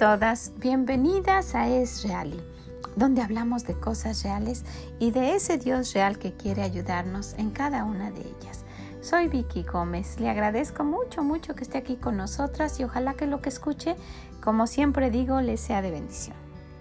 todas, bienvenidas a Es Reali, donde hablamos de cosas reales y de ese Dios real que quiere ayudarnos en cada una de ellas. Soy Vicky Gómez, le agradezco mucho que esté aquí con nosotras y ojalá que lo que escuche, como siempre digo, le sea de bendición.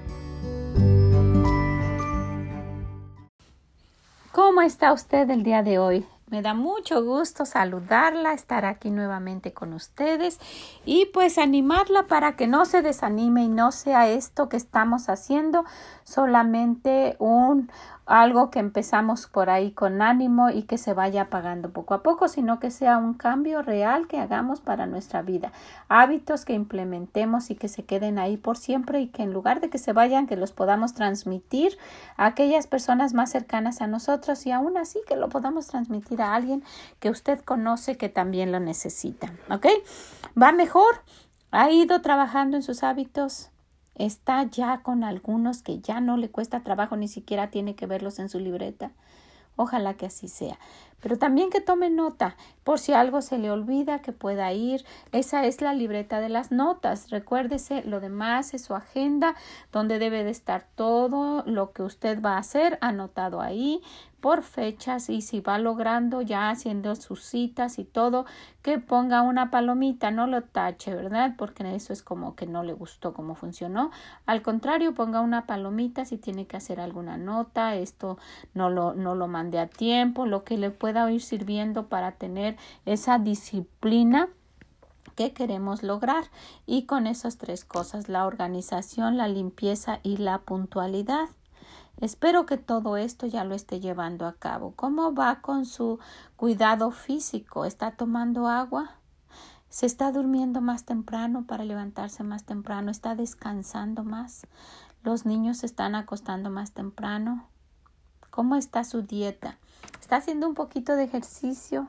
¿Cómo está usted el día de hoy? Me da mucho gusto saludarla, estar aquí nuevamente con ustedes y pues animarla para que no se desanime y no sea esto que estamos haciendo solamente algo que empezamos por ahí con ánimo y que se vaya apagando poco a poco, sino que sea un cambio real que hagamos para nuestra vida, hábitos que implementemos y que se queden ahí por siempre y que en lugar de que se vayan, que los podamos transmitir a aquellas personas más cercanas a nosotros y aún así que lo podamos transmitir a alguien que usted conoce que también lo necesita, ¿ok? ¿Va mejor? ¿Ha ido trabajando en sus hábitos? ¿Está ya con algunos que ya no le cuesta trabajo, ni siquiera tiene que verlos en su libreta? Ojalá que así sea. Pero también que tome nota, por si algo se le olvida, que pueda ir. Esa es la libreta de las notas. Recuérdese, lo demás es su agenda, donde debe de estar todo lo que usted va a hacer anotado ahí por fechas y si va logrando ya haciendo sus citas y todo, que ponga una palomita, no lo tache, ¿verdad? Porque eso es como que no le gustó cómo funcionó. Al contrario, ponga una palomita si tiene que hacer alguna nota, esto no lo mande a tiempo, lo que le pueda ir sirviendo para tener esa disciplina que queremos lograr. Y con esas tres cosas, la organización, la limpieza y la puntualidad. Espero que todo esto ya lo esté llevando a cabo. ¿Cómo va con su cuidado físico? ¿Está tomando agua? ¿Se está durmiendo más temprano para levantarse más temprano? ¿Está descansando más? ¿Los niños se están acostando más temprano? ¿Cómo está su dieta? ¿Está haciendo un poquito de ejercicio?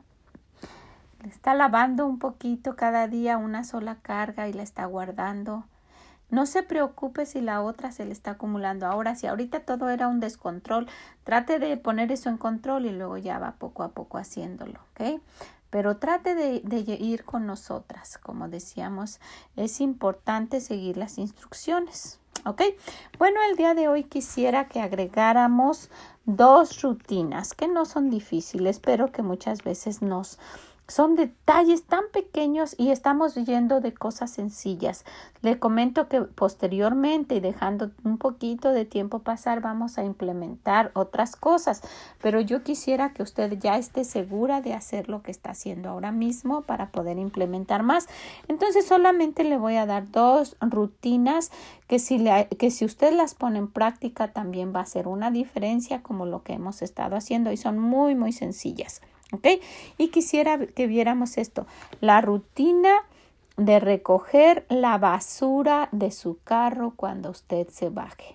¿Está lavando un poquito cada día una sola carga y la está guardando? No se preocupe si la otra se le está acumulando. Ahora, si ahorita todo era un descontrol, trate de poner eso en control y luego ya va poco a poco haciéndolo, ¿ok? Pero trate de ir con nosotras. Como decíamos, es importante seguir las instrucciones, ¿ok? Bueno, el día de hoy quisiera que agregáramos 2 rutinas que no son difíciles, pero que muchas veces son detalles tan pequeños y estamos yendo de cosas sencillas. Le comento que posteriormente y dejando un poquito de tiempo pasar vamos a implementar otras cosas, pero yo quisiera que usted ya esté segura de hacer lo que está haciendo ahora mismo para poder implementar más. Entonces solamente le voy a dar 2 rutinas que si usted las pone en práctica también va a ser una diferencia como lo que hemos estado haciendo y son muy sencillas. ¿Ok? Y quisiera que viéramos esto, la rutina de recoger la basura de su carro cuando usted se baje.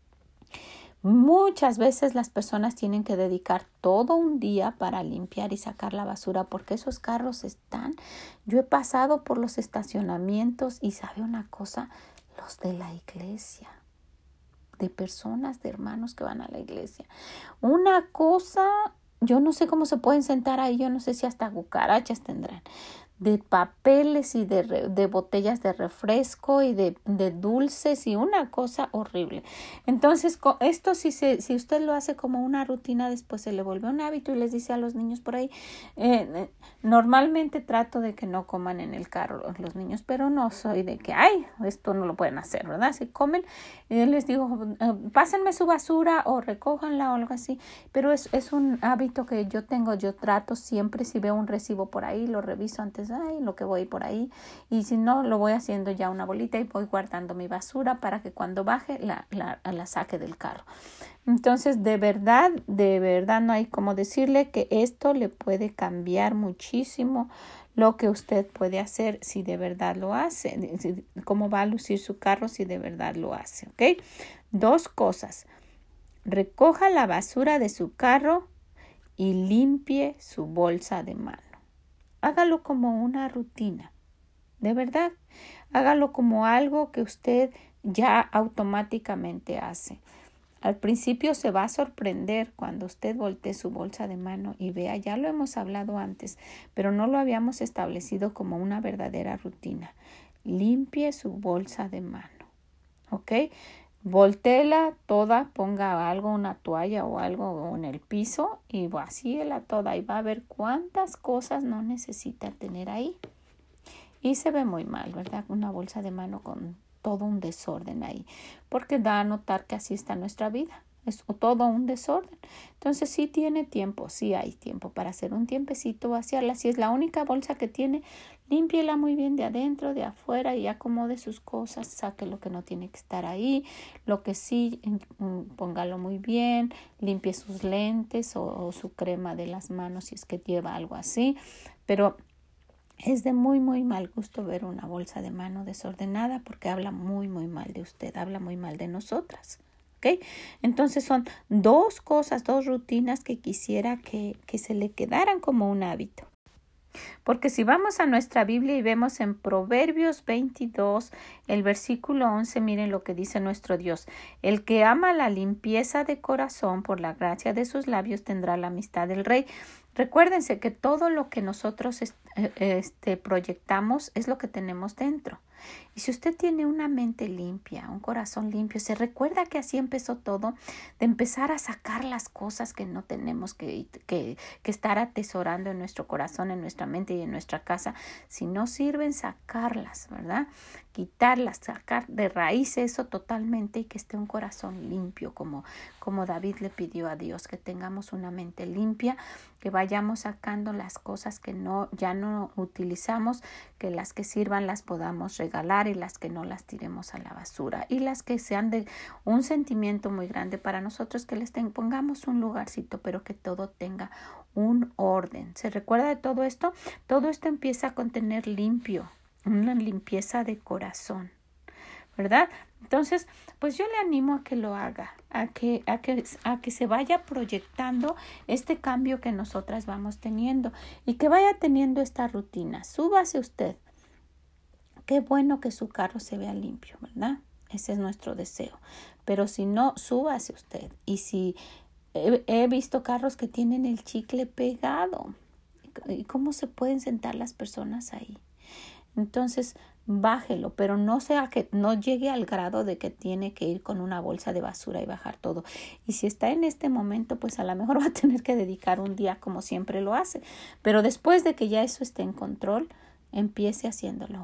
Muchas veces las personas tienen que dedicar todo un día para limpiar y sacar la basura porque esos carros yo he pasado por los estacionamientos y sabe una cosa, los de la iglesia, de personas, de hermanos que van a la iglesia. Una cosa... Yo no sé cómo se pueden sentar ahí, yo no sé si hasta cucarachas tendrán, de papeles y de botellas de refresco y de dulces y una cosa horrible. Entonces, esto si usted lo hace como una rutina, después se le vuelve un hábito y les dice a los niños por ahí, normalmente trato de que no coman en el carro los niños, pero no soy de que, esto no lo pueden hacer, ¿verdad? Si comen, les digo, pásenme su basura o recójanla o algo así, pero es un hábito que yo tengo, yo trato siempre, si veo un recibo por ahí, lo reviso antes lo que voy por ahí y si no lo voy haciendo ya una bolita y voy guardando mi basura para que cuando baje la saque del carro. Entonces de verdad no hay como decirle que esto le puede cambiar muchísimo lo que usted puede hacer si de verdad lo hace, cómo va a lucir su carro si de verdad lo hace, ¿ok? 2 cosas, recoja la basura de su carro y limpie su bolsa de mano. Hágalo como una rutina, de verdad. Hágalo como algo que usted ya automáticamente hace. Al principio se va a sorprender cuando usted voltee su bolsa de mano y vea, ya lo hemos hablado antes, pero no lo habíamos establecido como una verdadera rutina. Limpie su bolsa de mano. ¿ok? Voltéela toda, ponga algo, una toalla o algo en el piso y vacíela toda y va a ver cuántas cosas no necesita tener ahí. Y se ve muy mal, ¿verdad? Una bolsa de mano con todo un desorden ahí, porque da a notar que así está nuestra vida. Es todo un desorden. Entonces sí tiene tiempo, sí hay tiempo para hacer un tiempecito, vaciarla. Si es la única bolsa que tiene, límpiela muy bien de adentro, de afuera y acomode sus cosas, saque lo que no tiene que estar ahí, lo que sí, póngalo muy bien, limpie sus lentes o su crema de las manos si es que lleva algo así, pero es de muy, muy mal gusto ver una bolsa de mano desordenada porque habla muy, muy mal de usted, habla muy mal de nosotras. ¿Ok? Entonces son dos cosas, dos rutinas que quisiera que se le quedaran como un hábito. Porque si vamos a nuestra Biblia y vemos en Proverbios 22, el versículo 11, miren lo que dice nuestro Dios. El que ama la limpieza de corazón por la gracia de sus labios tendrá la amistad del rey. Recuérdense que todo lo que nosotros proyectamos es lo que tenemos dentro. Y si usted tiene una mente limpia, un corazón limpio, se recuerda que así empezó todo, de empezar a sacar las cosas que no tenemos que estar atesorando en nuestro corazón, en nuestra mente y en nuestra casa. Si no sirven, sacarlas, ¿verdad? Quitarlas, sacar de raíz eso totalmente y que esté un corazón limpio, como David le pidió a Dios, que tengamos una mente limpia, que vayamos sacando las cosas que ya no utilizamos, que las que sirvan las podamos regalar y las que no las tiremos a la basura, y las que sean de un sentimiento muy grande para nosotros, que les pongamos un lugarcito, pero que todo tenga un orden. ¿Se recuerda de todo esto? Todo esto empieza con tener limpio, una limpieza de corazón, ¿verdad? Entonces, pues yo le animo a que lo haga, a que se vaya proyectando este cambio que nosotras vamos teniendo y que vaya teniendo esta rutina. Súbase usted. Qué bueno que su carro se vea limpio, ¿verdad? Ese es nuestro deseo. Pero si no, súbase usted. Y si he visto carros que tienen el chicle pegado, ¿y cómo se pueden sentar las personas ahí? Entonces, bájelo, pero no sea que no llegue al grado de que tiene que ir con una bolsa de basura y bajar todo. Y si está en este momento, pues a lo mejor va a tener que dedicar un día como siempre lo hace. Pero después de que ya eso esté en control, empiece haciéndolo.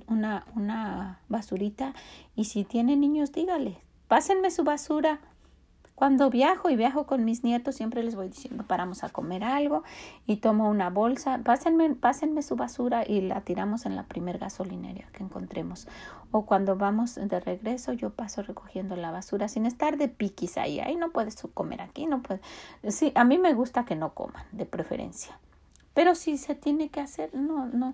Una basurita. Y si tiene niños, dígale, pásenme su basura. Cuando viajo con mis nietos, siempre les voy diciendo, paramos a comer algo y tomo una bolsa, pásenme su basura y la tiramos en la primer gasolinera que encontremos. O cuando vamos de regreso, yo paso recogiendo la basura sin estar de piquis ahí. Ahí no puedes comer, aquí no puedes. Sí, a mí me gusta que no coman, de preferencia. Pero si se tiene que hacer, no,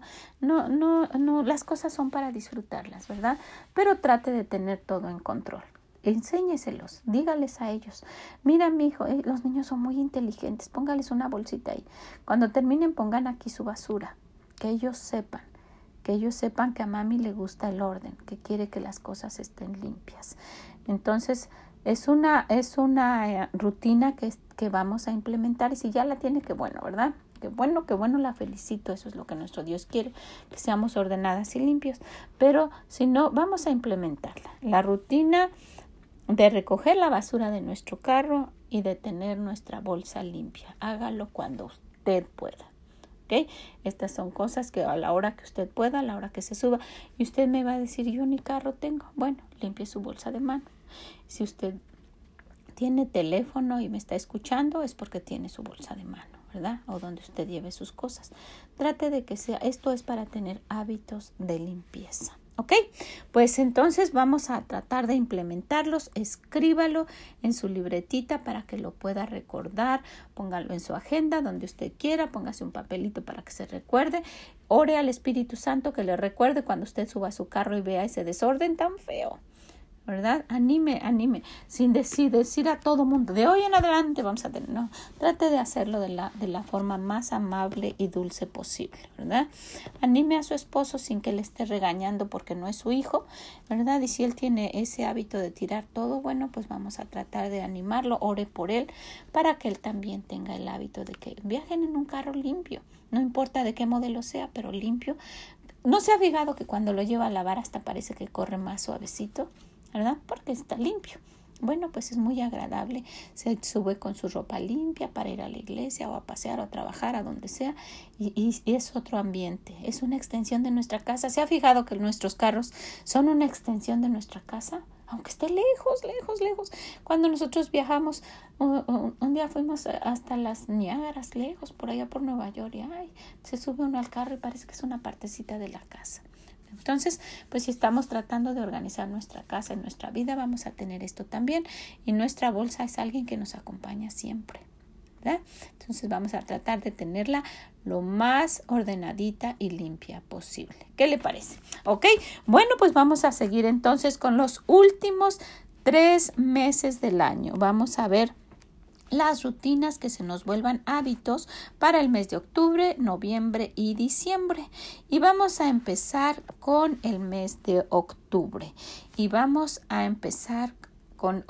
las cosas son para disfrutarlas, ¿verdad? Pero trate de tener todo en control. Enséñeselos, dígales a ellos, mira mi hijo, los niños son muy inteligentes, póngales una bolsita ahí. Cuando terminen pongan aquí su basura, que ellos sepan que a mami le gusta el orden, que quiere que las cosas estén limpias. Entonces es una rutina que vamos a implementar, y si ya la tiene, qué bueno, ¿verdad? Qué bueno, la felicito, eso es lo que nuestro Dios quiere, que seamos ordenadas y limpios. Pero si no, vamos a implementarla. La rutina de recoger la basura de nuestro carro y de tener nuestra bolsa limpia. Hágalo cuando usted pueda. ¿Ok? Estas son cosas que a la hora que usted pueda, a la hora que se suba. Y usted me va a decir, yo ni carro tengo. Bueno, limpie su bolsa de mano. Si usted tiene teléfono y me está escuchando, es porque tiene su bolsa de mano, ¿verdad? O donde usted lleve sus cosas. Trate de que sea, esto es para tener hábitos de limpieza. ¿Ok? Pues entonces vamos a tratar de implementarlos. Escríbalo en su libretita para que lo pueda recordar. Póngalo en su agenda donde usted quiera. Póngase un papelito para que se recuerde. Ore al Espíritu Santo que le recuerde cuando usted suba a su carro y vea ese desorden tan feo, ¿verdad? Anime, sin decir a todo mundo, de hoy en adelante vamos a tener, no, trate de hacerlo de la forma más amable y dulce posible, ¿verdad? Anime a su esposo sin que le esté regañando porque no es su hijo, ¿verdad? Y si él tiene ese hábito de tirar todo, bueno, pues vamos a tratar de animarlo, ore por él, para que él también tenga el hábito de que viajen en un carro limpio, no importa de qué modelo sea, pero limpio. ¿No se ha fijado que cuando lo lleva a lavar hasta parece que corre más suavecito? ¿verdad? Porque está limpio. Bueno, pues es muy agradable. Se sube con su ropa limpia para ir a la iglesia o a pasear o a trabajar, a donde sea. Y es otro ambiente. Es una extensión de nuestra casa. ¿Se ha fijado que nuestros carros son una extensión de nuestra casa? Aunque esté lejos, lejos, lejos. Cuando nosotros viajamos, un día fuimos hasta las Niágaras, lejos, por allá por Nueva York. Y se sube uno al carro y parece que es una partecita de la casa. Entonces, pues si estamos tratando de organizar nuestra casa y nuestra vida, vamos a tener esto también. Y nuestra bolsa es alguien que nos acompaña siempre, ¿verdad? Entonces vamos a tratar de tenerla lo más ordenadita y limpia posible. ¿Qué le parece? ¿Ok? Bueno, pues vamos a seguir entonces con los últimos 3 meses del año. Vamos a ver las rutinas que se nos vuelvan hábitos para el mes de octubre, noviembre y diciembre. Y vamos a empezar con el mes de octubre. Y vamos a empezar con,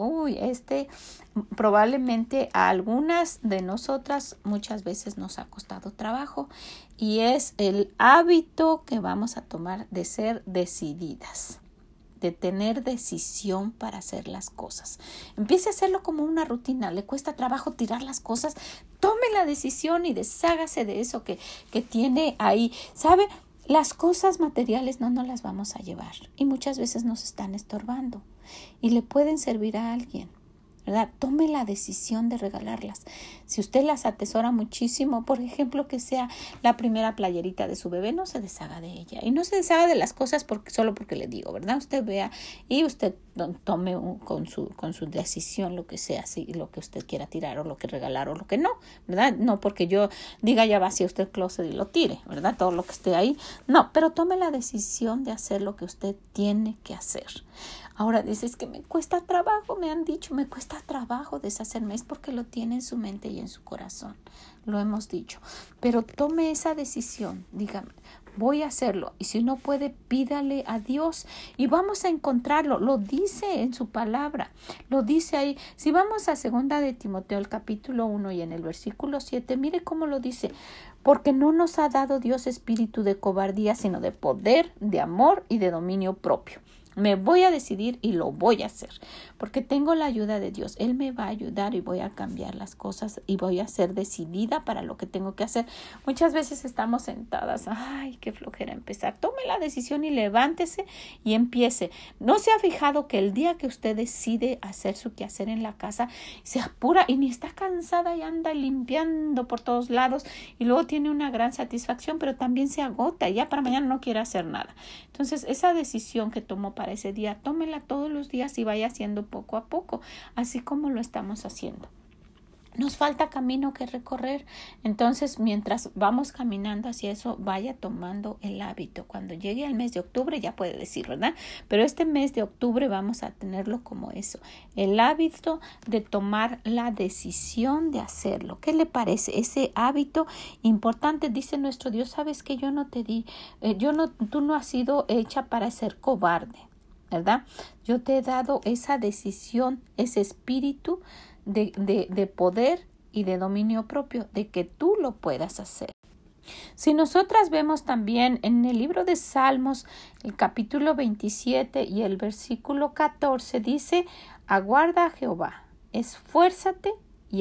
probablemente a algunas de nosotras muchas veces nos ha costado trabajo. Y es el hábito que vamos a tomar de ser decididas, de tener decisión para hacer las cosas. Empiece a hacerlo como una rutina. Le cuesta trabajo tirar las cosas. Tome la decisión y deshágase de eso que tiene ahí. ¿Sabe? Las cosas materiales no nos las vamos a llevar y muchas veces nos están estorbando y le pueden servir a alguien, ¿verdad? Tome la decisión de regalarlas. Si usted las atesora muchísimo, por ejemplo, que sea la primera playerita de su bebé, no se deshaga de ella. Y no se deshaga de las cosas solo porque le digo, ¿verdad? Usted vea y usted tome con su decisión lo que sea, si lo que usted quiera tirar o lo que regalar o lo que no, ¿verdad? No porque yo diga ya vacía usted el closet y lo tire, ¿verdad? Todo lo que esté ahí. No, pero tome la decisión de hacer lo que usted tiene que hacer. Ahora dices que me cuesta trabajo, me han dicho, me cuesta trabajo deshacerme. Es porque lo tiene en su mente y en su corazón. Lo hemos dicho. Pero tome esa decisión. Dígame, voy a hacerlo. Y si no puede, pídale a Dios. Y vamos a encontrarlo. Lo dice en su palabra. Lo dice ahí. Si vamos a 2 de Timoteo, el capítulo 1 y en el versículo 7, mire cómo lo dice. Porque no nos ha dado Dios espíritu de cobardía, sino de poder, de amor y de dominio propio. Me voy a decidir y lo voy a hacer, porque tengo la ayuda de Dios. Él me va a ayudar y voy a cambiar las cosas y voy a ser decidida para lo que tengo que hacer. Muchas veces estamos sentadas, ay, qué flojera empezar. Tome la decisión y levántese y empiece. ¿No se ha fijado que el día que usted decide hacer su quehacer en la casa, se apura y ni está cansada y anda limpiando por todos lados y luego tiene una gran satisfacción, pero también se agota y ya para mañana no quiere hacer nada? Entonces, esa decisión que tomó para ese día, tómela todos los días y vaya haciendo poco a poco, así como lo estamos haciendo. Nos falta camino que recorrer, entonces mientras vamos caminando hacia eso, vaya tomando el hábito. Cuando llegue al mes de octubre ya puede decir, ¿verdad? Pero este mes de octubre vamos a tenerlo como eso, el hábito de tomar la decisión de hacerlo. ¿Qué le parece? Ese hábito importante, dice nuestro Dios, sabes que yo no te di, tú no has sido hecha para ser cobarde, ¿verdad? Yo te he dado esa decisión, ese espíritu de poder y de dominio propio, de que tú lo puedas hacer. Si nosotras vemos también en el libro de Salmos, el capítulo 27 y el versículo 14, dice, aguarda a Jehová, esfuérzate y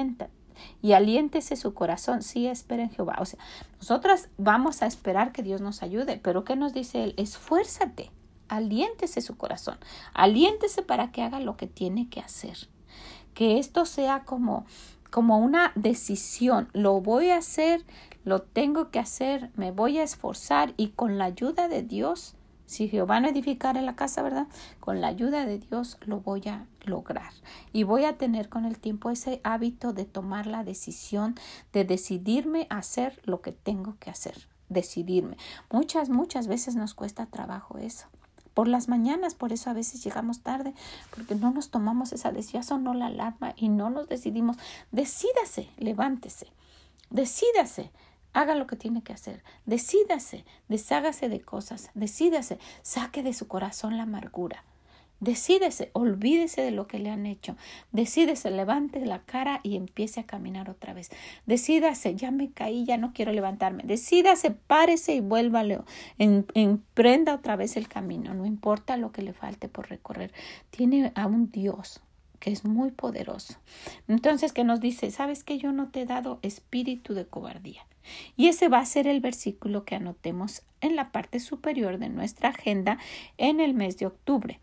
aliéntese su corazón. Sí, espera en Jehová. O sea, nosotras vamos a esperar que Dios nos ayude, pero ¿qué nos dice Él? Esfuérzate, aliéntese su corazón, aliéntese para que haga lo que tiene que hacer. Que esto sea como una decisión. Lo voy a hacer, lo tengo que hacer, me voy a esforzar y con la ayuda de Dios, si Jehová no edificara la casa, ¿verdad? Con la ayuda de Dios lo voy a lograr. Y voy a tener con el tiempo ese hábito de tomar la decisión, de decidirme a hacer lo que tengo que hacer. Decidirme. Muchas veces nos cuesta trabajo eso. Por las mañanas, por eso a veces llegamos tarde, porque no nos tomamos esa decisión, sonó la alarma y no nos decidimos. Decídase, levántese, decídase, haga lo que tiene que hacer, decídase, deshágase de cosas, decídase, saque de su corazón la amargura. Decídese, olvídese de lo que le han hecho. Decídese, levante la cara y empiece a caminar otra vez. Decídase, ya me caí, ya no quiero levantarme. Decídase, párese y vuélvale. Emprenda otra vez el camino. No importa lo que le falte por recorrer. Tiene a un Dios que es muy poderoso. Entonces, que nos dice, ¿sabes qué? Yo no te he dado espíritu de cobardía. Y ese va a ser el versículo que anotemos en la parte superior de nuestra agenda en el mes de octubre.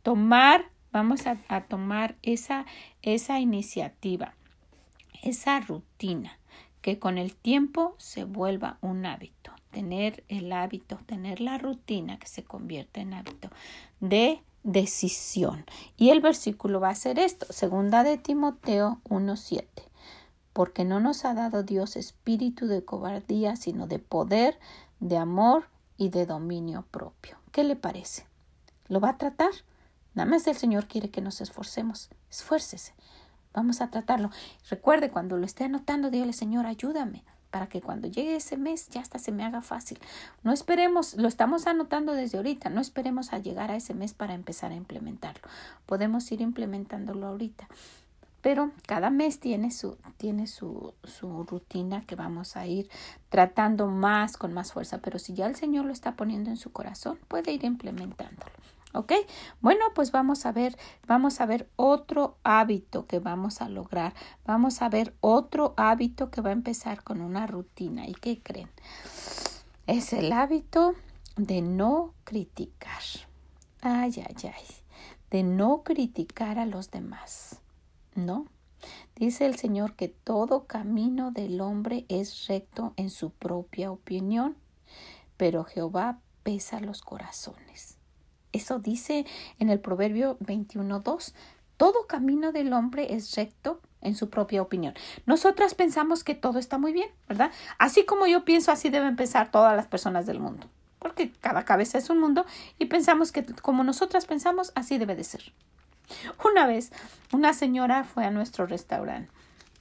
Vamos a tomar esa iniciativa, esa rutina, que con el tiempo se vuelva un hábito. Tener el hábito, tener la rutina que se convierte en hábito de decisión. Y el versículo va a ser esto, 2 de Timoteo 1:7. Porque no nos ha dado Dios espíritu de cobardía, sino de poder, de amor y de dominio propio. ¿Qué le parece? ¿Lo va a tratar? Nada más el Señor quiere que nos esforcemos. Esfuércese. Vamos a tratarlo. Recuerde, cuando lo esté anotando, dígale, Señor, ayúdame, para que cuando llegue ese mes ya hasta se me haga fácil. No esperemos, lo estamos anotando desde ahorita, no esperemos a llegar a ese mes para empezar a implementarlo. Podemos ir implementándolo ahorita. Pero cada mes tiene su rutina que vamos a ir tratando con más fuerza. Pero si ya el Señor lo está poniendo en su corazón, puede ir implementándolo. ¿Ok? Bueno, pues vamos a ver otro hábito que vamos a lograr. Vamos a ver otro hábito que va a empezar con una rutina. ¿Y qué creen? Es el hábito de no criticar. Ay. De no criticar a los demás. ¿No? Dice el Señor que todo camino del hombre es recto en su propia opinión, pero Jehová pesa los corazones. Eso dice en el Proverbio 21:2. Todo camino del hombre es recto en su propia opinión. Nosotras pensamos que todo está muy bien, ¿verdad? Así como yo pienso, así deben pensar todas las personas del mundo. Porque cada cabeza es un mundo y pensamos que como nosotras pensamos, así debe de ser. Una vez, una señora fue a nuestro restaurante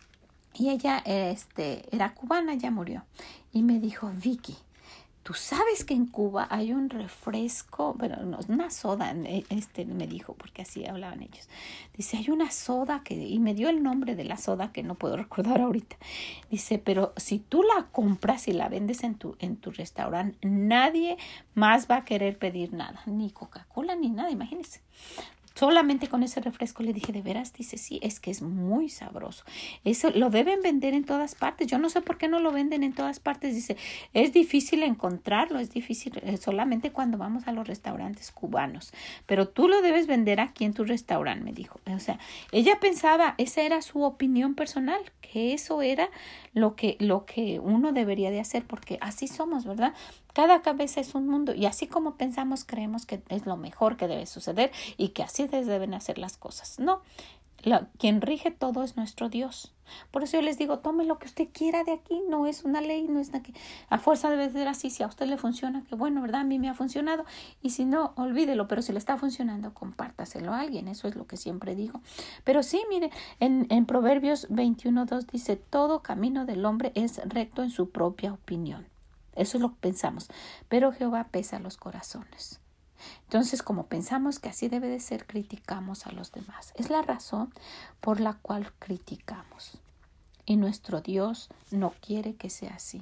y ella era cubana, ya murió. Y me dijo, Vicky, ¿tú sabes que en Cuba hay un refresco? Bueno, no, una soda, me dijo, porque así hablaban ellos. Dice, hay una soda y me dio el nombre de la soda que no puedo recordar ahorita. Dice, pero si tú la compras y la vendes en tu restaurante, nadie más va a querer pedir nada, ni Coca-Cola ni nada, imagínense. Solamente con ese refresco. Le dije, ¿de veras? Dice, sí, es que es muy sabroso. Eso lo deben vender en todas partes. Yo no sé por qué no lo venden en todas partes. Dice, es difícil encontrarlo, es difícil solamente cuando vamos a los restaurantes cubanos. Pero tú lo debes vender aquí en tu restaurante, me dijo. O sea, ella pensaba, esa era su opinión personal, que eso era lo que uno debería de hacer, porque así somos, ¿verdad? Cada cabeza es un mundo y así como pensamos, creemos que es lo mejor que debe suceder y que así deben hacer las cosas. No, quien rige todo es nuestro Dios. Por eso yo les digo, tome lo que usted quiera de aquí, no es una ley, no es nada que a fuerza debe ser así. Si a usted le funciona, que bueno, ¿verdad? A mí me ha funcionado y si no, olvídelo, pero si le está funcionando, compártaselo a alguien, eso es lo que siempre digo. Pero sí, mire, en Proverbios 21:2 dice, todo camino del hombre es recto en su propia opinión. Eso es lo que pensamos, pero Jehová pesa los corazones. Entonces, como pensamos que así debe de ser, criticamos a los demás. Es la razón por la cual criticamos. Y nuestro Dios no quiere que sea así.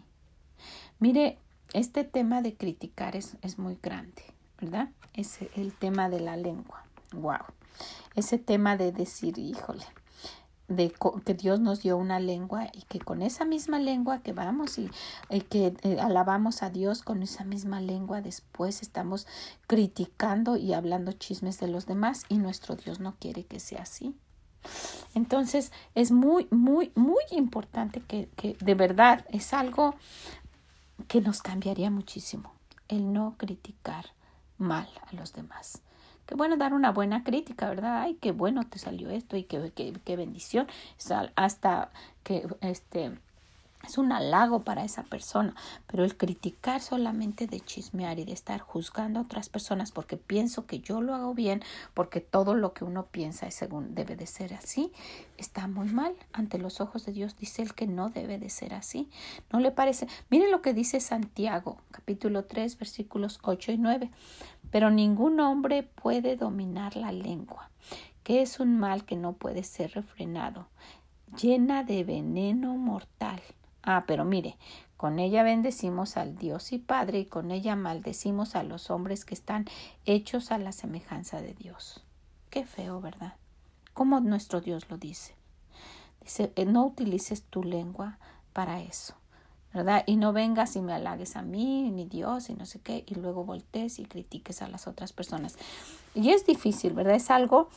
Mire, este tema de criticar es muy grande, ¿verdad? Es el tema de la lengua. Wow. Ese tema de decir, híjole, de que Dios nos dio una lengua y que con esa misma lengua que vamos y que alabamos a Dios, con esa misma lengua después estamos criticando y hablando chismes de los demás y nuestro Dios no quiere que sea así. Entonces es muy, muy, muy importante que de verdad es algo que nos cambiaría muchísimo, el no criticar mal a los demás. Qué bueno dar una buena crítica, ¿verdad? Ay, qué bueno te salió esto y qué bendición. Hasta que es un halago para esa persona. Pero el criticar solamente de chismear y de estar juzgando a otras personas porque pienso que yo lo hago bien, porque todo lo que uno piensa es según debe de ser así, está muy mal. Ante los ojos de Dios dice él que no debe de ser así. ¿No le parece? Miren lo que dice Santiago, capítulo 3, versículos 8 y 9. pero ningún hombre puede dominar la lengua, que es un mal que no puede ser refrenado, llena de veneno mortal. Pero mire, con ella bendecimos al Dios y Padre, y con ella maldecimos a los hombres que están hechos a la semejanza de Dios. Qué feo, ¿verdad? Como nuestro Dios lo dice. Dice, no utilices tu lengua para eso, ¿verdad? Y no vengas y me halagues a mí, ni Dios, y no sé qué, y luego voltees y critiques a las otras personas. Y es difícil, ¿verdad? Es algo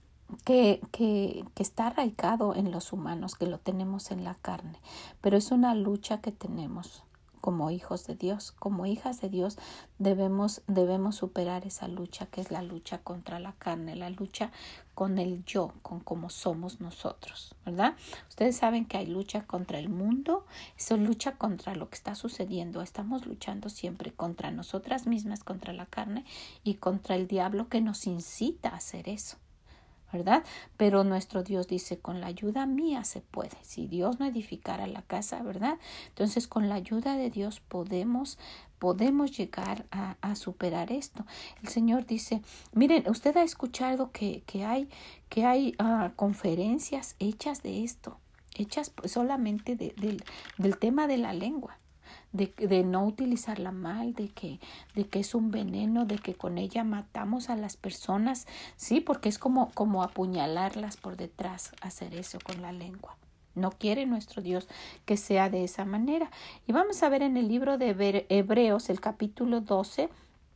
que está arraigado en los humanos, que lo tenemos en la carne, pero es una lucha que tenemos como hijos de Dios, como hijas de Dios. Debemos superar esa lucha, que es la lucha contra la carne, la lucha con el yo, con cómo somos nosotros, ¿verdad? Ustedes saben que hay lucha contra el mundo, eso lucha contra lo que está sucediendo. Estamos luchando siempre contra nosotras mismas, contra la carne y contra el diablo que nos incita a hacer eso, ¿verdad? Pero nuestro Dios dice, con la ayuda mía se puede. Si Dios no edificara la casa, ¿verdad? Entonces, con la ayuda de Dios podemos llegar a superar esto. El Señor dice, miren, usted ha escuchado que hay conferencias hechas de esto, hechas solamente del tema de la lengua. De no utilizarla mal, de que es un veneno, de que con ella matamos a las personas, sí, porque es como apuñalarlas por detrás, hacer eso con la lengua. No quiere nuestro Dios que sea de esa manera. Y vamos a ver en el libro de Hebreos, el capítulo 12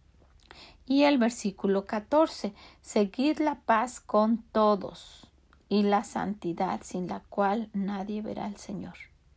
y el versículo 14. Seguid la paz con todos y la santidad, sin la cual nadie verá al Señor.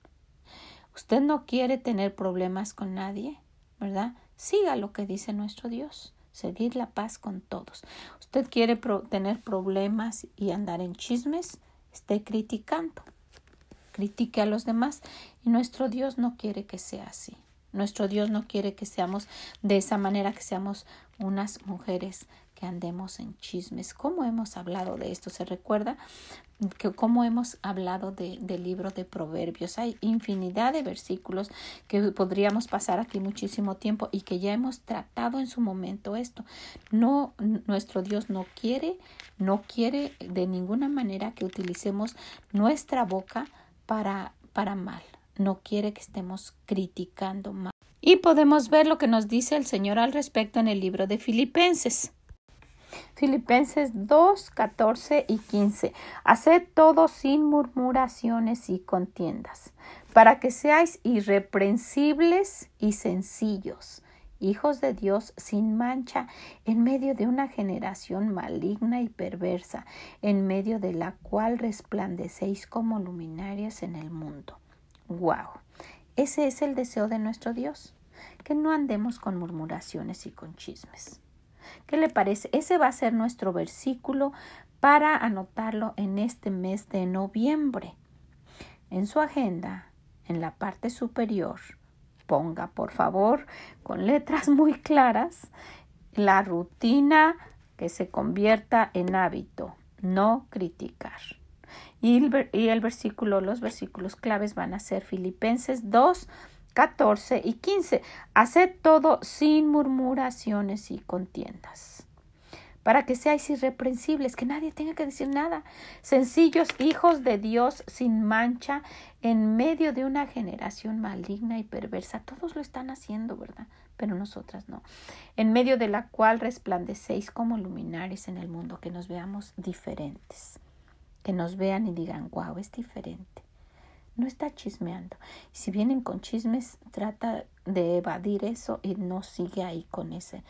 Usted no quiere tener problemas con nadie, ¿verdad? Siga lo que dice nuestro Dios. Seguir la paz con todos. Usted quiere tener problemas y andar en chismes, esté criticando. Critique a los demás. Y nuestro Dios no quiere que sea así. Nuestro Dios no quiere que seamos de esa manera, que seamos unas mujeres que andemos en chismes. ¿Cómo hemos hablado de esto? ¿Se recuerda? Que como hemos hablado del libro de Proverbios, hay infinidad de versículos que podríamos pasar aquí muchísimo tiempo y que ya hemos tratado en su momento esto. No, nuestro Dios no quiere de ninguna manera que utilicemos nuestra boca para mal. No quiere que estemos criticando mal. Y podemos ver lo que nos dice el Señor al respecto en el libro de Filipenses. Filipenses 2, 14 y 15. Haced todo sin murmuraciones y contiendas, para que seáis irreprensibles y sencillos, hijos de Dios sin mancha, en medio de una generación maligna y perversa, en medio de la cual resplandecéis como luminarias en el mundo. ¡Wow! Ese es el deseo de nuestro Dios, que no andemos con murmuraciones y con chismes. ¿Qué le parece? Ese va a ser nuestro versículo para anotarlo en este mes de noviembre. En su agenda, en la parte superior, ponga por favor con letras muy claras la rutina que se convierta en hábito, no criticar. Y los versículos claves van a ser Filipenses 2, 14 y 15. Haced todo sin murmuraciones y contiendas, para que seáis irreprensibles, que nadie tenga que decir nada, sencillos, hijos de Dios sin mancha, en medio de una generación maligna y perversa. Todos lo están haciendo, ¿verdad? Pero nosotras no. En medio de la cual resplandecéis como luminares en el mundo, que nos veamos diferentes, que nos vean y digan, wow, es diferente. No está chismeando. Y si vienen con chismes, trata de evadir eso y no sigue ahí con ese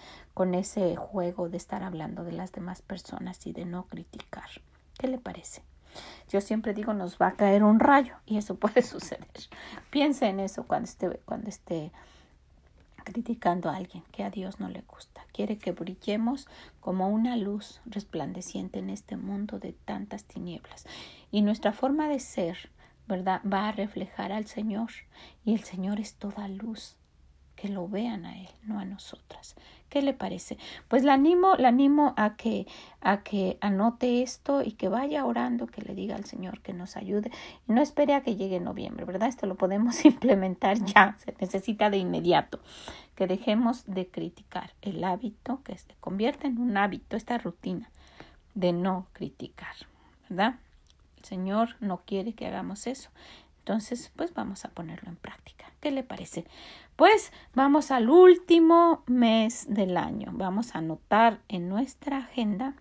juego de estar hablando de las demás personas y de no criticar. ¿Qué le parece? Yo siempre digo, nos va a caer un rayo y eso puede suceder. Piensa en eso cuando esté criticando a alguien que a Dios no le gusta. Quiere que brillemos como una luz resplandeciente en este mundo de tantas tinieblas. Y nuestra forma de ser, ¿verdad?, va a reflejar al Señor, y el Señor es toda luz. que lo vean a Él, no a nosotras. ¿Qué le parece? Pues la animo a que anote esto y que vaya orando, que le diga al Señor que nos ayude. Y no espere a que llegue noviembre, ¿verdad? Esto lo podemos implementar ya, se necesita de inmediato. Que dejemos de criticar el hábito, que se convierta en un hábito, esta rutina de no criticar, ¿verdad? El Señor no quiere que hagamos eso. Entonces, pues vamos a ponerlo en práctica. ¿Qué le parece? Pues vamos al último mes del año. Vamos a anotar en nuestra agenda,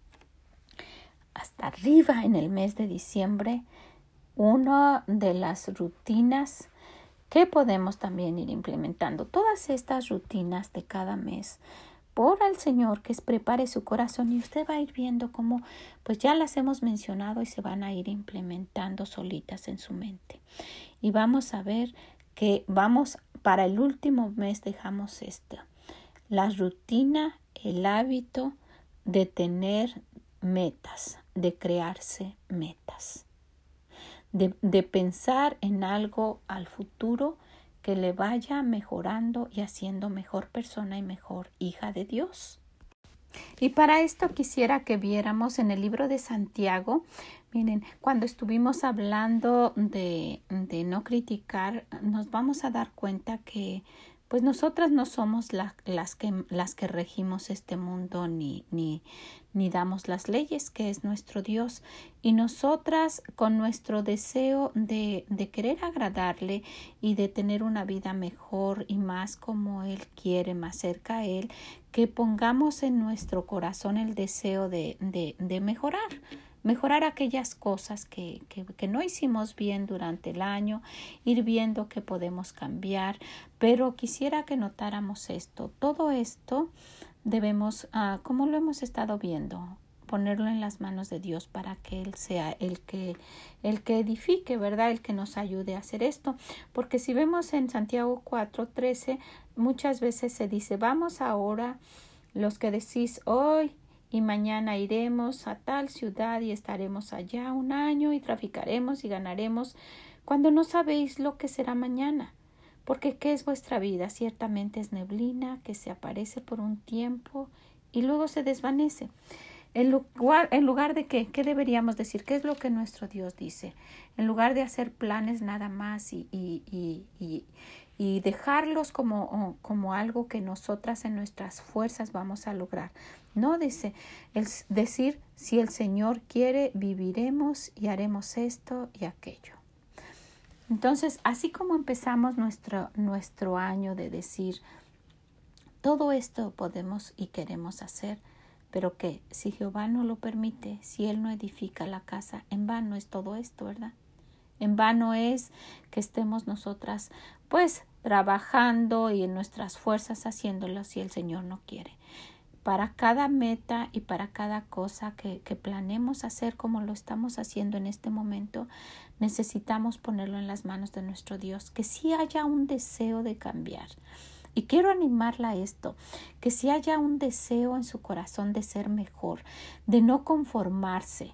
hasta arriba en el mes de diciembre, una de las rutinas que podemos también ir implementando. Todas estas rutinas de cada mes, por al Señor que prepare su corazón y usted va a ir viendo cómo pues ya las hemos mencionado y se van a ir implementando solitas en su mente. Y vamos a ver que para el último mes dejamos esto, la rutina, el hábito de tener metas, de crearse metas, de pensar en algo al futuro que le vaya mejorando y haciendo mejor persona y mejor hija de Dios. Y para esto quisiera que viéramos en el libro de Santiago, miren, cuando estuvimos hablando de no criticar, nos vamos a dar cuenta que pues nosotras no somos las que regimos este mundo ni damos las leyes, que es nuestro Dios. Y nosotras con nuestro deseo de querer agradarle y de tener una vida mejor y más como Él quiere, más cerca a Él, que pongamos en nuestro corazón el deseo de mejorar aquellas cosas que no hicimos bien durante el año, ir viendo que podemos cambiar. Pero quisiera que notáramos esto. Todo esto debemos, como lo hemos estado viendo, ponerlo en las manos de Dios para que Él sea el que edifique, ¿verdad? El que nos ayude a hacer esto. Porque si vemos en Santiago 4:13, muchas veces se dice, vamos ahora, los que decís hoy y mañana iremos a tal ciudad y estaremos allá un año y traficaremos y ganaremos, cuando no sabéis lo que será mañana. Porque ¿qué es vuestra vida? Ciertamente es neblina que se aparece por un tiempo y luego se desvanece. En lugar de ¿qué deberíamos decir? ¿Qué es lo que nuestro Dios dice? En lugar de hacer planes nada más y dejarlos como algo que nosotras en nuestras fuerzas vamos a lograr. No, dice, decir, si el Señor quiere, viviremos y haremos esto y aquello. Entonces, así como empezamos nuestro año de decir, todo esto podemos y queremos hacer, pero que si Jehová no lo permite, si Él no edifica la casa, en vano es todo esto, ¿verdad? En vano es que estemos nosotras pues trabajando y en nuestras fuerzas haciéndolo si el Señor no quiere. Para cada meta y para cada cosa que planeemos hacer como lo estamos haciendo en este momento, necesitamos ponerlo en las manos de nuestro Dios, que sí haya un deseo de cambiar. Y quiero animarla a esto, que si haya un deseo en su corazón de ser mejor, de no conformarse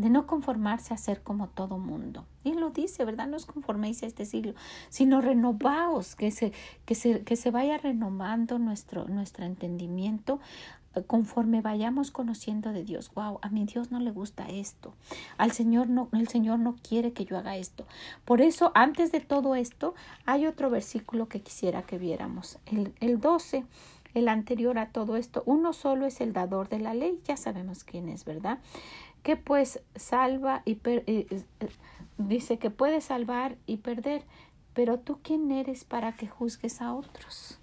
a ser como todo mundo. Y lo dice, ¿verdad? No os conforméis a este siglo, sino renovaos, que se vaya renovando nuestro entendimiento conforme vayamos conociendo de Dios. Wow, a mi Dios no le gusta esto. El Señor no quiere que yo haga esto. Por eso, antes de todo esto, hay otro versículo que quisiera que viéramos. El 12, el anterior a todo esto. Uno solo es el dador de la ley. Ya sabemos quién es, ¿verdad? Que pues salva dice que puede salvar y perder. Pero tú, ¿quién eres para que juzgues a otros?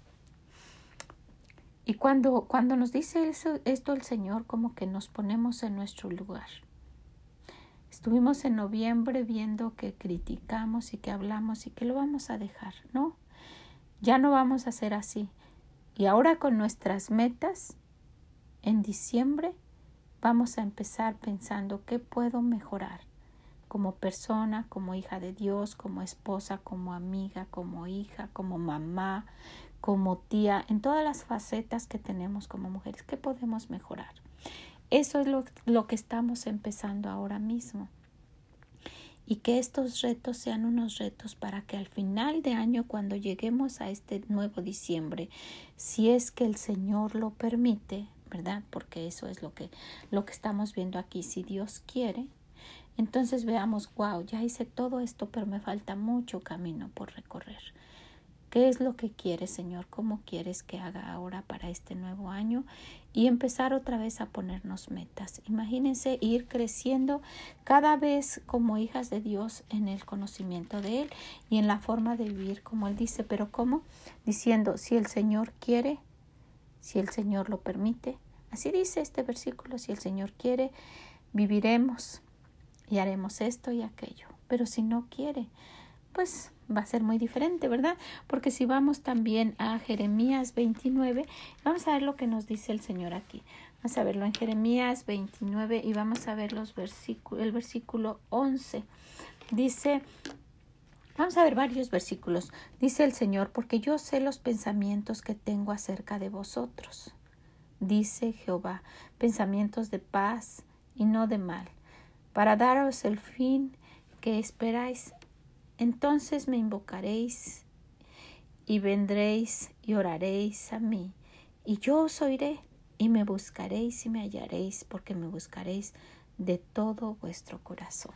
Y cuando nos dice esto el Señor, como que nos ponemos en nuestro lugar. Estuvimos en noviembre viendo que criticamos y que hablamos y que lo vamos a dejar, ¿no? Ya no vamos a hacer así. Y ahora con nuestras metas, en diciembre, vamos a empezar pensando qué puedo mejorar como persona, como hija de Dios, como esposa, como amiga, como hija, como mamá, como tía, en todas las facetas que tenemos como mujeres. ¿Qué podemos mejorar? Eso es lo que estamos empezando ahora mismo. y que estos retos sean unos retos para que al final de año, cuando lleguemos a este nuevo diciembre, si es que el Señor lo permite, ¿verdad? Porque eso es lo que estamos viendo aquí. Si Dios quiere, entonces veamos, wow, ya hice todo esto, pero me falta mucho camino por recorrer. ¿Qué es lo que quieres, Señor? ¿Cómo quieres que haga ahora para este nuevo año? Y empezar otra vez a ponernos metas. Imagínense ir creciendo cada vez como hijas de Dios en el conocimiento de Él y en la forma de vivir como Él dice. ¿Pero cómo? Diciendo, si el Señor quiere, si el Señor lo permite. Así dice este versículo, si el Señor quiere, viviremos y haremos esto y aquello. Pero si no quiere, pues va a ser muy diferente, ¿verdad? Porque si vamos también a Jeremías 29, vamos a ver lo que nos dice el Señor aquí. Vamos a verlo en Jeremías 29 y vamos a ver el versículo 11. Dice, vamos a ver varios versículos. Dice el Señor, porque yo sé los pensamientos que tengo acerca de vosotros. Dice Jehová, pensamientos de paz y no de mal, para daros el fin que esperáis. Entonces me invocaréis y vendréis y oraréis a mí, y yo os oiré, y me buscaréis y me hallaréis, porque me buscaréis de todo vuestro corazón.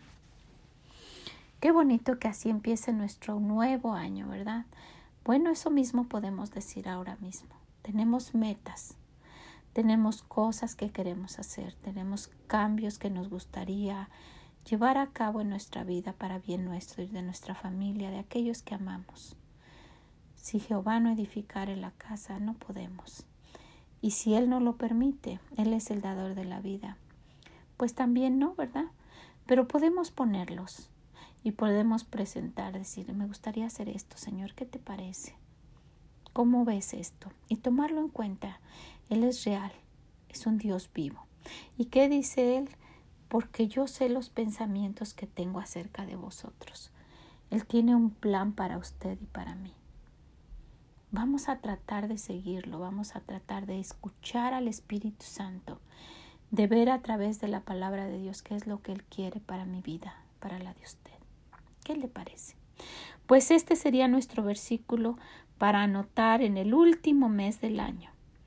Qué bonito que así empiece nuestro nuevo año, ¿verdad? Bueno, eso mismo podemos decir ahora mismo. Tenemos metas, tenemos cosas que queremos hacer, tenemos cambios que nos gustaría llevar a cabo en nuestra vida para bien nuestro y de nuestra familia, de aquellos que amamos. Si Jehová no edificare la casa, no podemos. Y si Él no lo permite, Él es el dador de la vida, pues también no, ¿verdad? Pero podemos ponerlos y podemos presentar, decir, me gustaría hacer esto, Señor, ¿qué te parece? ¿Cómo ves esto? Y tomarlo en cuenta. Él es real, es un Dios vivo. ¿Y qué dice Él? Porque yo sé los pensamientos que tengo acerca de vosotros. Él tiene un plan para usted y para mí. Vamos a tratar de seguirlo, vamos a tratar de escuchar al Espíritu Santo, de ver a través de la palabra de Dios qué es lo que Él quiere para mi vida, para la de usted. ¿Qué le parece? Pues este sería nuestro versículo para anotar en el último mes del año.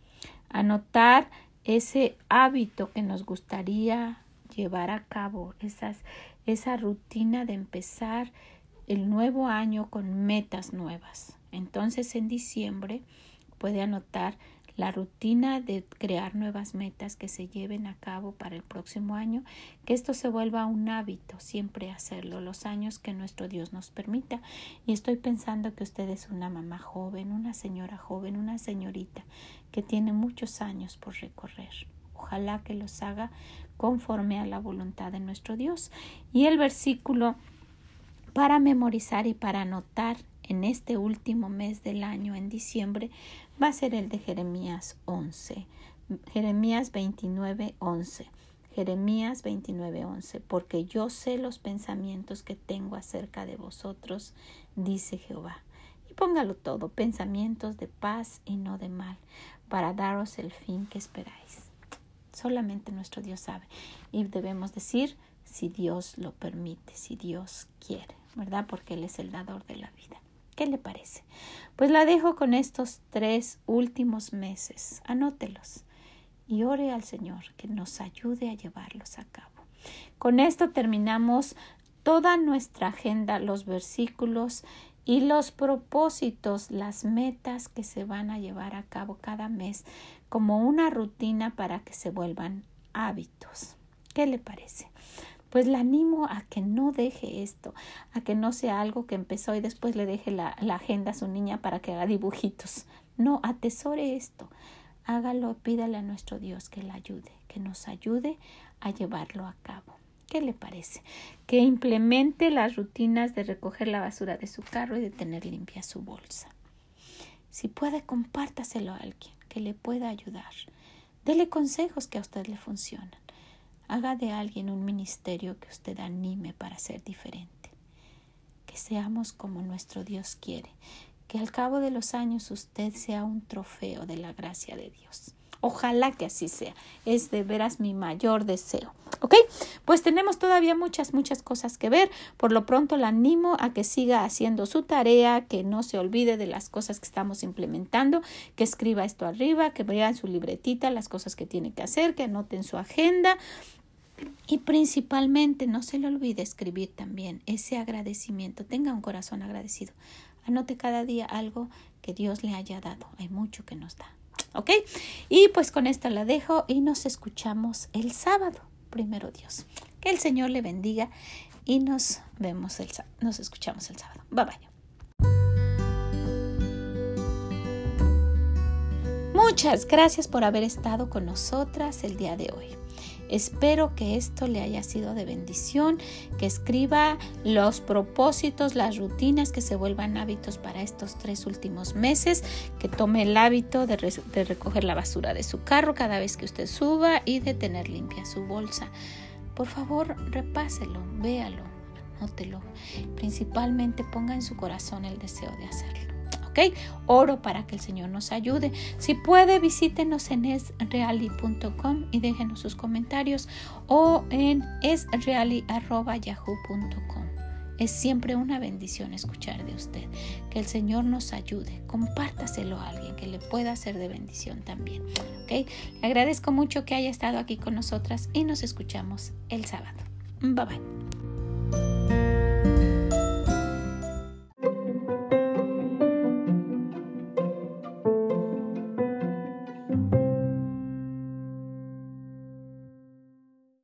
Anotar ese hábito que nos gustaría llevar a cabo, esa rutina de empezar el nuevo año con metas nuevas. Entonces en diciembre puede anotar la rutina de crear nuevas metas que se lleven a cabo para el próximo año, que esto se vuelva un hábito, siempre hacerlo, los años que nuestro Dios nos permita. Y estoy pensando que usted es una mamá joven, una señora joven, una señorita que tiene muchos años por recorrer. Ojalá que los haga conforme a la voluntad de nuestro Dios. Y el versículo para memorizar y para anotar en este último mes del año, en diciembre, va a ser el de Jeremías 11. Jeremías 29:11. Jeremías 29:11. Porque yo sé los pensamientos que tengo acerca de vosotros, dice Jehová. Y póngalo todo, pensamientos de paz y no de mal, para daros el fin que esperáis. Solamente nuestro Dios sabe. Y debemos decir, si Dios lo permite, si Dios quiere, ¿verdad? Porque Él es el dador de la vida. ¿Qué le parece? Pues la dejo con estos 3 últimos meses. Anótelos y ore al Señor que nos ayude a llevarlos a cabo. Con esto terminamos toda nuestra agenda, los versículos y los propósitos, las metas que se van a llevar a cabo cada mes como una rutina para que se vuelvan hábitos. ¿Qué le parece? Pues la animo a que no deje esto, a que no sea algo que empezó y después le deje la agenda a su niña para que haga dibujitos. No, atesore esto, hágalo, pídale a nuestro Dios que le ayude, que nos ayude a llevarlo a cabo. ¿Qué le parece? Que implemente las rutinas de recoger la basura de su carro y de tener limpia su bolsa. Si puede, compártaselo a alguien que le pueda ayudar. Dele consejos que a usted le funcionan. Haga de alguien un ministerio que usted anime para ser diferente. Que seamos como nuestro Dios quiere. Que al cabo de los años usted sea un trofeo de la gracia de Dios. Ojalá que así sea. Es de veras mi mayor deseo. ¿Ok? Pues tenemos todavía muchas cosas que ver. Por lo pronto la animo a que siga haciendo su tarea, que no se olvide de las cosas que estamos implementando, que escriba esto arriba, que vea en su libretita las cosas que tiene que hacer, que anote en su agenda. Y principalmente no se le olvide escribir también ese agradecimiento. Tenga un corazón agradecido. Anote cada día algo que Dios le haya dado. Hay mucho que nos da. ¿Ok? Y pues con esto la dejo y nos escuchamos el sábado. Primero Dios. Que el Señor le bendiga y nos escuchamos el sábado. Bye bye. Muchas gracias por haber estado con nosotras el día de hoy. Espero que esto le haya sido de bendición, que escriba los propósitos, las rutinas que se vuelvan hábitos para estos 3 últimos meses, que tome el hábito de recoger la basura de su carro cada vez que usted suba y de tener limpia su bolsa. Por favor, repáselo, véalo, anótelo. Principalmente ponga en su corazón el deseo de hacerlo. ¿Okay? Oro para que el Señor nos ayude. Si puede, visítenos en esreali.com y déjenos sus comentarios o en esreali@yahoo.com. Es siempre una bendición escuchar de usted. Que el Señor nos ayude. Compártaselo a alguien que le pueda ser de bendición también. ¿Okay? Le agradezco mucho que haya estado aquí con nosotras y nos escuchamos el sábado. Bye bye.